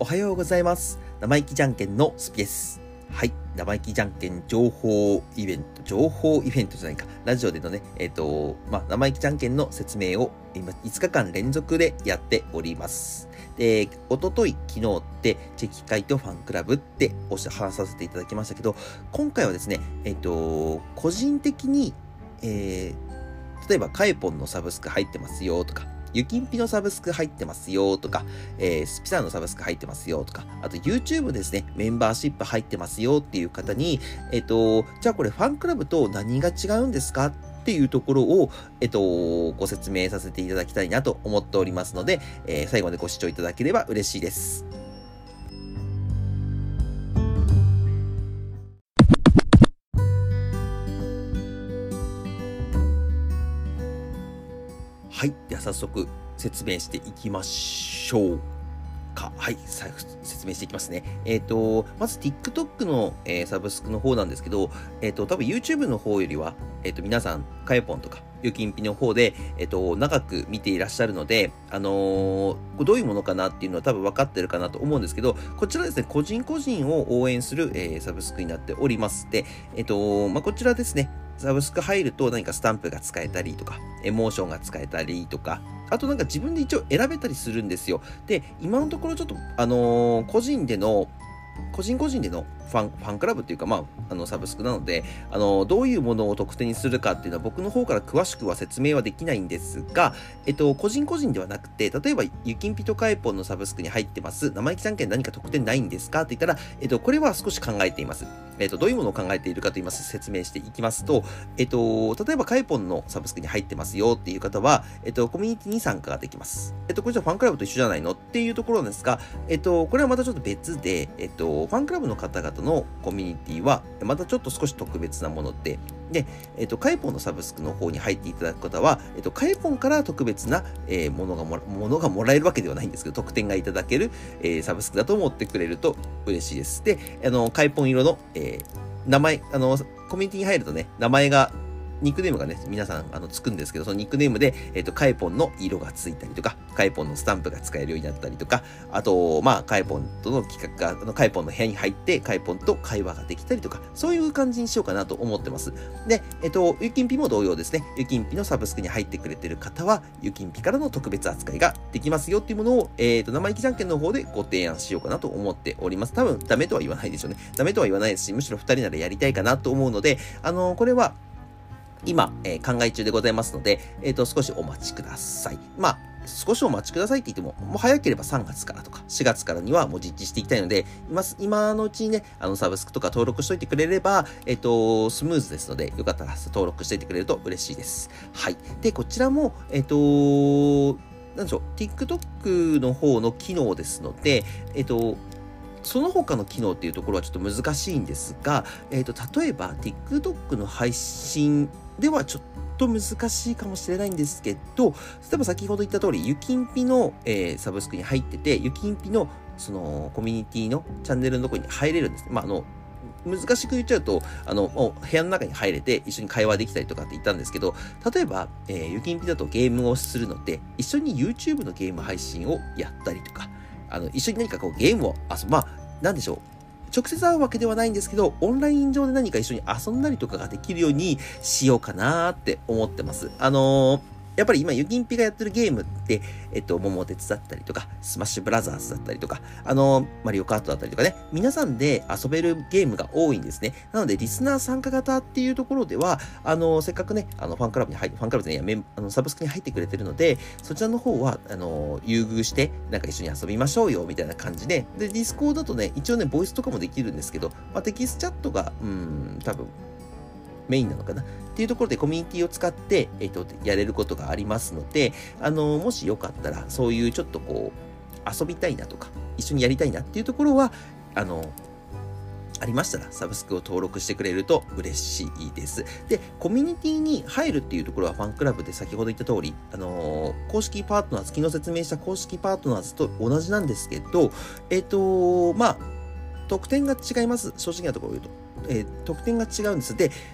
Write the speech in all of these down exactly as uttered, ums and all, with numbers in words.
おはようございます。生意気じゃんけんのスピです。はい。生意気じゃんけん情報イベント、情報イベントじゃないか。ラジオでのね、えっと、まあ、生意気じゃんけんの説明を今いつかかん連続でやっております。で、おととい、昨日ってチェキ会とファンクラブっておっしゃ話させていただきましたけど、今回はですね、えっと、個人的に、えー、例えばカエポンのサブスク入ってますよとか、ゆきんぴのサブスク入ってますよとか、えー、スピさんのサブスク入ってますよとか、あと YouTube ですね、メンバーシップ入ってますよっていう方に、えっと、じゃあこれファンクラブと何が違うんですかっていうところを、えっと、ご説明させていただきたいなと思っておりますので、えー、最後までご視聴いただければ嬉しいです。はい。では早速説明していきましょうか。はい。説明していきますね。えっと、まず TikTok の、えー、サブスクの方なんですけど、えっと、多分 YouTube の方よりは、えっと、皆さん、カエポンとか、ゆきんぴの方で、えっと、長く見ていらっしゃるので、あのー、どういうものかなっていうのは多分分かってるかなと思うんですけど、こちらですね、個人個人を応援する、えー、サブスクになっております。で、えっと、まあ、こちらですね、サブスク入ると何かスタンプが使えたりとか、エモーションが使えたりとか、あとなんか自分で一応選べたりするんですよ。で、今のところちょっと、あのー、個人での、個人個人でのファン、ファンクラブっていうか、まあ、あの、サブスクなので、あの、どういうものを特典にするかっていうのは僕の方から詳しくは説明はできないんですが、えっと、個人個人ではなくて、例えば、ゆきんぴとかえぽんのサブスクに入ってます。生意気じゃんけん何か特典ないんですかって言ったら、えっと、これは少し考えています。えっと、どういうものを考えているかと言います、説明していきますと、えっと、例えば、かえぽんのサブスクに入ってますよっていう方は、えっと、コミュニティに参加ができます。えっと、これじゃファンクラブと一緒じゃないのっていうところなんですが、えっと、これはまたちょっと別で、えっと、ファンクラブの方々のコミュニティは、またちょっと少し特別なもので、で、えっと、カエポンのサブスクの方に入っていただく方は、えっと、カエポンから特別な、えー、ものがもら、ものがもらえるわけではないんですけど、特典がいただける、えー、サブスクだと思ってくれると嬉しいです。で、あの、カエポン色の、えー、名前、あの、コミュニティに入るとね、名前が、ニックネームがね、皆さん、あの、つくんですけど、そのニックネームで、えっと、カエポンの色がついたりとか、カエポンのスタンプが使えるようになったりとか、あと、まあ、カエポンとの企画が、あの、カエポンの部屋に入って、カエポンと会話ができたりとか、そういう感じにしようかなと思ってます。で、えっと、ゆきんぴも同様ですね。ゆきんぴのサブスクに入ってくれてる方は、ゆきんぴからの特別扱いができますよっていうものを、えっと、生意気じゃんけんの方でご提案しようかなと思っております。多分、ダメとは言わないでしょうね。ダメとは言わないですし、むしろふたりならやりたいかなと思うので、あの、これは、今、えー、考え中でございますので、えっと、少しお待ちください。まあ、少しお待ちくださいって言っても、もう早ければさんがつからとかしがつからにはもう実地していきたいので、今、今のうちにね、あの、サブスクとか登録しといてくれれば、えっと、スムーズですので、よかったら登録しておいてくれると嬉しいです。はい。で、こちらも、えっと、なんでしょう、TikTok の方の機能ですので、えっと、その他の機能っていうところはちょっと難しいんですが、えっと、例えば TikTok の配信ではちょっと難しいかもしれないんですけど、例えば先ほど言った通り、ゆきんぴの、えー、サブスクに入ってて、ゆきんぴのそのコミュニティのチャンネルのところに入れるんですね。まあ、あの、難しく言っちゃうと、あの、もう部屋の中に入れて一緒に会話できたりとかって言ったんですけど、例えば、えー、ゆきんぴだとゲームをするので、一緒に YouTube のゲーム配信をやったりとか、あの、一緒に何かこうゲームを遊ぶ、まあ、なんでしょう。直接会うわけではないんですけど、オンライン上で何か一緒に遊んだりとかができるようにしようかなーって思ってます。あのー、やっぱり今、ゆきんぴがやってるゲームって、えっと、桃鉄だったりとか、スマッシュブラザーズだったりとか、あのー、マリオカートだったりとかね、皆さんで遊べるゲームが多いんですね。なので、リスナー参加型っていうところでは、あのー、せっかくね、あの、ファンクラブに入って、ファンクラブでね、メンあの、サブスクに入ってくれてるので、そちらの方は、あのー、優遇して、なんか一緒に遊びましょうよ、みたいな感じで、で、ディスコードだとね、一応ね、ボイスとかもできるんですけど、まあ、テキストチャットが、うーん、多分、メインなのかなっていうところでコミュニティを使って、えっと、やれることがありますので、あの、もしよかったら、そういうちょっとこう、遊びたいなとか、一緒にやりたいなっていうところは、あの、ありましたら、サブスクを登録してくれると嬉しいです。で、コミュニティに入るっていうところはファンクラブで先ほど言った通り、あのー、公式パートナーズ、昨日説明した公式パートナーズと同じなんですけど、えっと、まあ、特典が違います。正直なところを言うと。えー、特典が違うんです。で、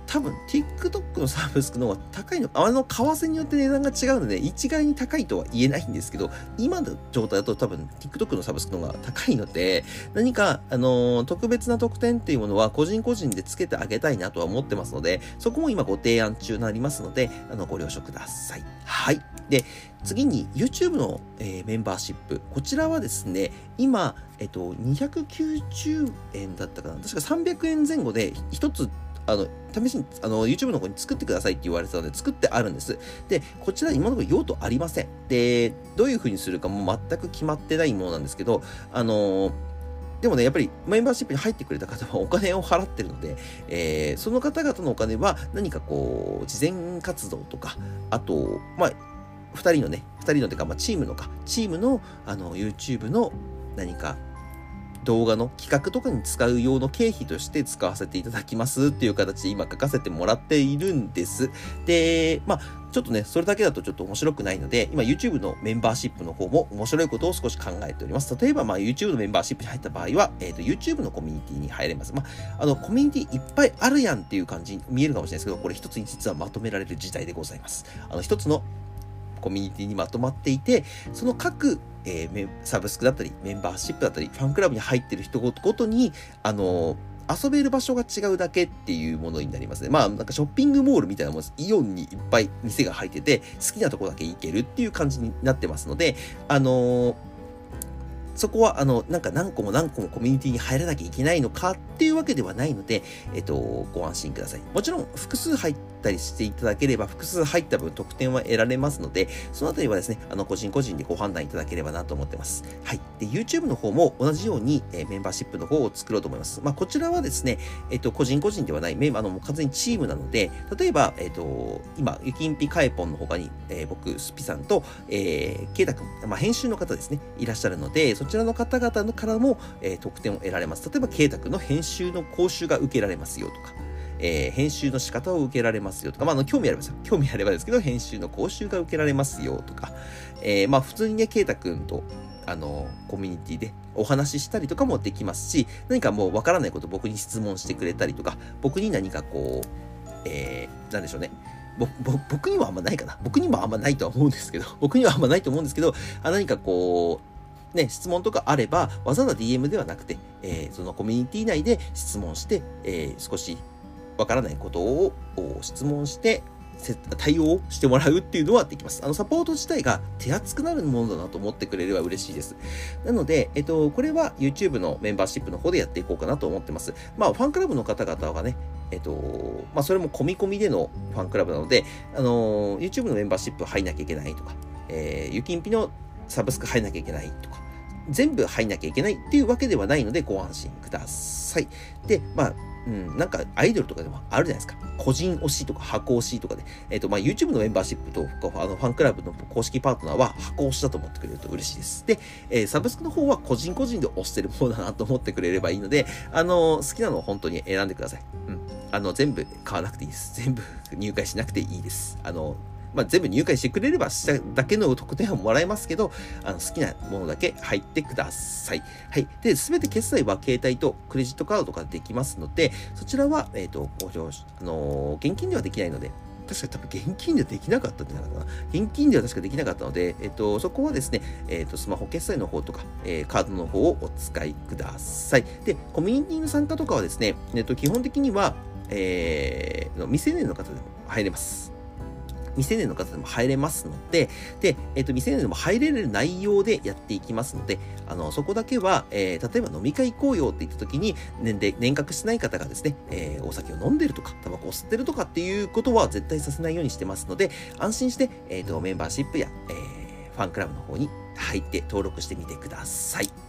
多分 TikTok のサブスクの方が高いの、あの為替によって値段が違うので一概に高いとは言えないんですけど、今の状態だと多分 TikTok のサブスクの方が高いので、何かあのー、特別な特典っていうものは個人個人でつけてあげたいなとは思ってますので、そこも今ご提案中になりますので、あのご了承ください。はい。で、次に YouTube の、えー、メンバーシップ。こちらはですね、今、えっと、にひゃくきゅうじゅうえんだったかな。確かさんびゃくえんぜん後で一つあの、試しに、あの、YouTube の方に作ってくださいって言われてたので、作ってあるんです。で、こちら今のところ用途ありません。で、どういう風にするかも全く決まってないものなんですけど、あの、でもね、やっぱりメンバーシップに入ってくれた方はお金を払ってるので、えー、その方々のお金は何かこう、慈善活動とか、あと、まあ、二人のね、二人のてか、まあ、チームのか、チームの、あの、YouTube の何か、動画の企画とかに使う用の経費として使わせていただきますっていう形で今書かせてもらっているんです。で、まあ、ちょっとね、それだけだとちょっと面白くないので、今 YouTube のメンバーシップの方も面白いことを少し考えております。例えば、まあ YouTube のメンバーシップに入った場合は、えっと、YouTube のコミュニティに入れます。まあ、あの、コミュニティいっぱいあるやんっていう感じに見えるかもしれないですけど、これ一つに実はまとめられる時代でございます。あの、一つのコミュニティにまとまっていて、その各、えー、サブスクだったり、メンバーシップだったり、ファンクラブに入ってる人ごとに、あのー、遊べる場所が違うだけっていうものになりますね。まあ、なんかショッピングモールみたいなもんです。イオンにいっぱい店が入ってて、好きなとこだけ行けるっていう感じになってますので、あのー、そこは、あの、なんか何個も何個もコミュニティに入らなきゃいけないのかっていうわけではないので、えっと、ご安心ください。もちろん、複数入ったりしていただければ、複数入った分得点は得られますので、そのあたりはですね、あの、個人個人でご判断いただければなと思ってます。はい。で、YouTube の方も同じように、えー、メンバーシップの方を作ろうと思います。まあ、こちらはですね、えっと、個人個人ではない、メンバーのもう完全にチームなので、例えば、えっと、今、ゆきんぴかえぽんの他に、えー、僕、スピさんと、えー、ケイタくん、まあ、編集の方ですね、いらっしゃるので、そちらの方々のからも、えー、得点を得られます。例えば、ケイタくんの編集の講習が受けられますよとか、えー、編集の仕方を受けられますよとか、まあ、あの、興味あればですよ。興味あればですけど、編集の講習が受けられますよとか、えー、まあ、普通にね、ケイタくんと、あの、コミュニティでお話ししたりとかもできますし、何かもうわからないことを僕に質問してくれたりとか、僕に何かこう、えー、なんでしょうね。ぼ、ぼ、僕にはあんまないかな。僕にもあんまないとは思うんですけど、僕にはあんまないと思うんですけど、あ何かこう、ね、質問とかあれば、わざわざ ディーエム ではなくて、えー、そのコミュニティ内で質問して、えー、少しわからないことを質問して、対応してもらうっていうのはできます。あの、サポート自体が手厚くなるものだなと思ってくれれば嬉しいです。なので、えっと、これは YouTube のメンバーシップの方でやっていこうかなと思ってます。まあ、ファンクラブの方々がね、えっと、まあ、それも込み込みでのファンクラブなので、あの、YouTube のメンバーシップ入んなきゃいけないとか、えー、ゆきんぴのサブスク入んなきゃいけないとか、全部入んなきゃいけないっていうわけではないのでご安心ください。で、まあ、うん、なんかアイドルとかでもあるじゃないですか。個人推しとか箱推しとかで。えっと、まあ、YouTube のメンバーシップと、あの、ファンクラブの公式パートナーは箱推しだと思ってくれると嬉しいです。で、えー、サブスクの方は個人個人で推してるものだなと思ってくれればいいので、あの、好きなのを本当に選んでください。うん。あの、全部買わなくていいです。全部入会しなくていいです。あの、まあ、全部入会してくれればしただけの特典はもらえますけど、あの好きなものだけ入ってください。はい。で、すべて決済は携帯とクレジットカードとかできますので、そちらは、えっと、ご了承、あのー、現金ではできないので、確か多分現金ではできなかったんじゃないかな。現金では確かできなかったので、えっと、そこはですね、えっと、スマホ決済の方とか、えー、カードの方をお使いください。で、コミュニティの参加とかはですね、えっと、基本的には、えー、未成年の方でも入れます。未成年の方でも入れますので、で、えっと、未成年でも入れる内容でやっていきますので、あの、そこだけは、えー、例えば飲み会行こうよって言った時に、年齢、年齢してない方がですね、えー、お酒を飲んでるとか、タバコを吸ってるとかっていうことは絶対させないようにしてますので、安心して、えっと、メンバーシップや、えー、ファンクラブの方に入って登録してみてください。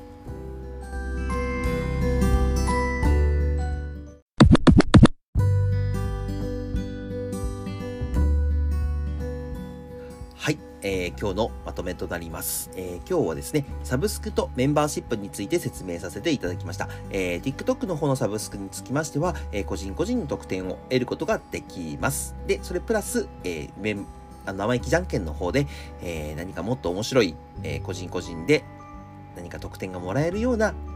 はい、えー、今日のまとめとなります、えー。今日はですね、サブスクとメンバーシップについて説明させていただきました。えー、TikTok の方のサブスクにつきましては、えー、個人個人の特典を得ることができます。で、それプラス、えー、メンあの生意気じゃんけんの方で、えー、何かもっと面白い、えー、個人個人で何か特典がもらえるような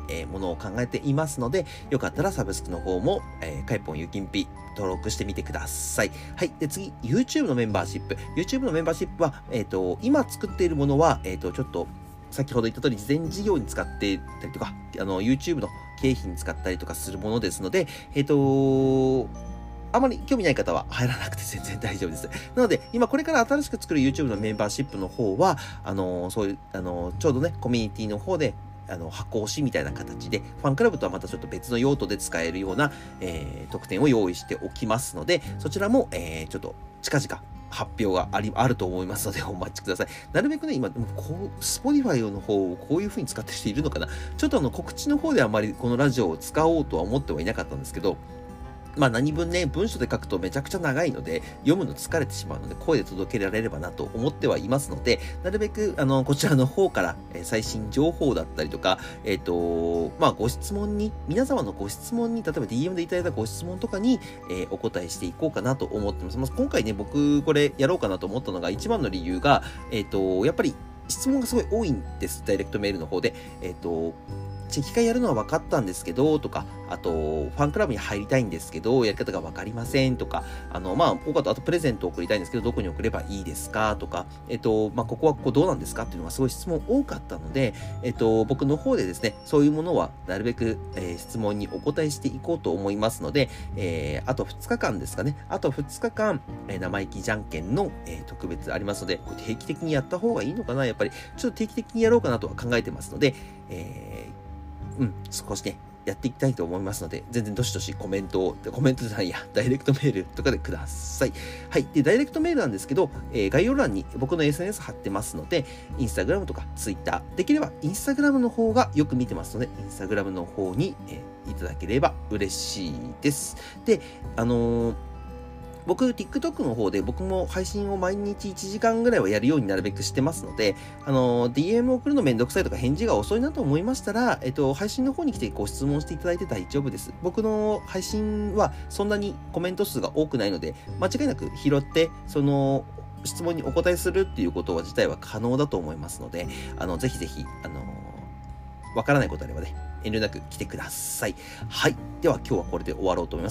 えー、ものを考えていますので、よかったらサブスクの方も、えー、カイポンゆきんぴ登録してみてください。はい。で、次、YouTube のメンバーシップ。YouTube のメンバーシップは、えっと、今作っているものは、えっと、ちょっと、先ほど言った通り、事前事業に使ってたりとか、あの、YouTube の経費に使ったりとかするものですので、えっと、あまり興味ない方は入らなくて全然大丈夫です。なので、今これから新しく作る YouTube のメンバーシップの方は、あの、そういう、あの、ちょうどね、コミュニティの方で、あの、箱推しみたいな形で、ファンクラブとはまたちょっと別の用途で使えるような、えー、特典を用意しておきますので、そちらも、えー、ちょっと近々発表があり、あると思いますので、お待ちください。なるべくね、今、こう、Spotify の方をこういう風に使ってる人いるのかな？ちょっとあの、告知の方であまりこのラジオを使おうとは思ってはいなかったんですけど、まあ何分ね、文章で書くとめちゃくちゃ長いので、読むの疲れてしまうので、声で届けられればなと思ってはいますので、なるべく、あの、こちらの方から、えー、最新情報だったりとか、えっと、まあご質問に、皆様のご質問に、例えば ディーエム でいただいたご質問とかに、えー、お答えしていこうかなと思ってます。まあ、今回ね、僕これやろうかなと思ったのが、一番の理由が、えっと、やっぱり質問がすごい多いんです。ダイレクトメールの方で。えっと、チェキ会やるのは分かったんですけど、とか、あと、ファンクラブに入りたいんですけど、やり方が分かりませんとか、あの、まあ、多かった、あとプレゼントを送りたいんですけど、どこに送ればいいですかとか、えっと、まあ、ここはここどうなんですかっていうのがすごい質問多かったので、えっと、僕の方でですね、そういうものはなるべく、えー、質問にお答えしていこうと思いますので、えー、あとふつかかんですかね、あとふつかかん、えー、生意気じゃんけんの、えー、特別ありますので、これ定期的にやった方がいいのかな、やっぱり、ちょっと定期的にやろうかなとは考えてますので、えーうん、少しね、やっていきたいと思いますので、全然どしどしコメントを、コメントじゃないや、ダイレクトメールとかでください。はい。で、ダイレクトメールなんですけど、えー、概要欄に僕の エスエヌエス 貼ってますので、インスタグラムとかツイッター、できればインスタグラムの方がよく見てますので、インスタグラムの方に、えー、いただければ嬉しいです。で、あのー、僕、TikTok の方で僕も配信を毎日いちじかんぐらいはやるようになるべくしてますので、あの、ディーエム 送るのめんどくさいとか返事が遅いなと思いましたら、えっと、配信の方に来てご質問していただいて大丈夫です。僕の配信はそんなにコメント数が多くないので、間違いなく拾って、その、質問にお答えするっていうことは自体は可能だと思いますので、あの、ぜひぜひ、あの、わからないことあればね、遠慮なく来てください。はい。では今日はこれで終わろうと思います。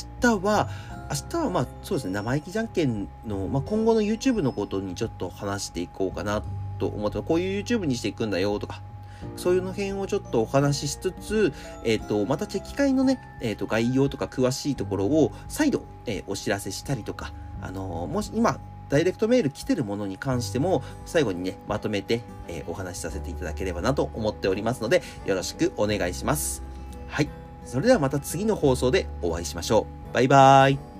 明日は、明日はまあそうですね、生意気じゃんけんの、まあ、今後の YouTube のことにちょっと話していこうかなと思って、こういう YouTube にしていくんだよとか、そういうの辺をちょっとお話ししつつ、えっと、またチェキ会のね、えっと、概要とか詳しいところを再度、えー、お知らせしたりとか、あのー、もし今、ダイレクトメール来てるものに関しても、最後にね、まとめて、えー、お話しさせていただければなと思っておりますので、よろしくお願いします。はい。それではまた次の放送でお会いしましょう。バイバーイ。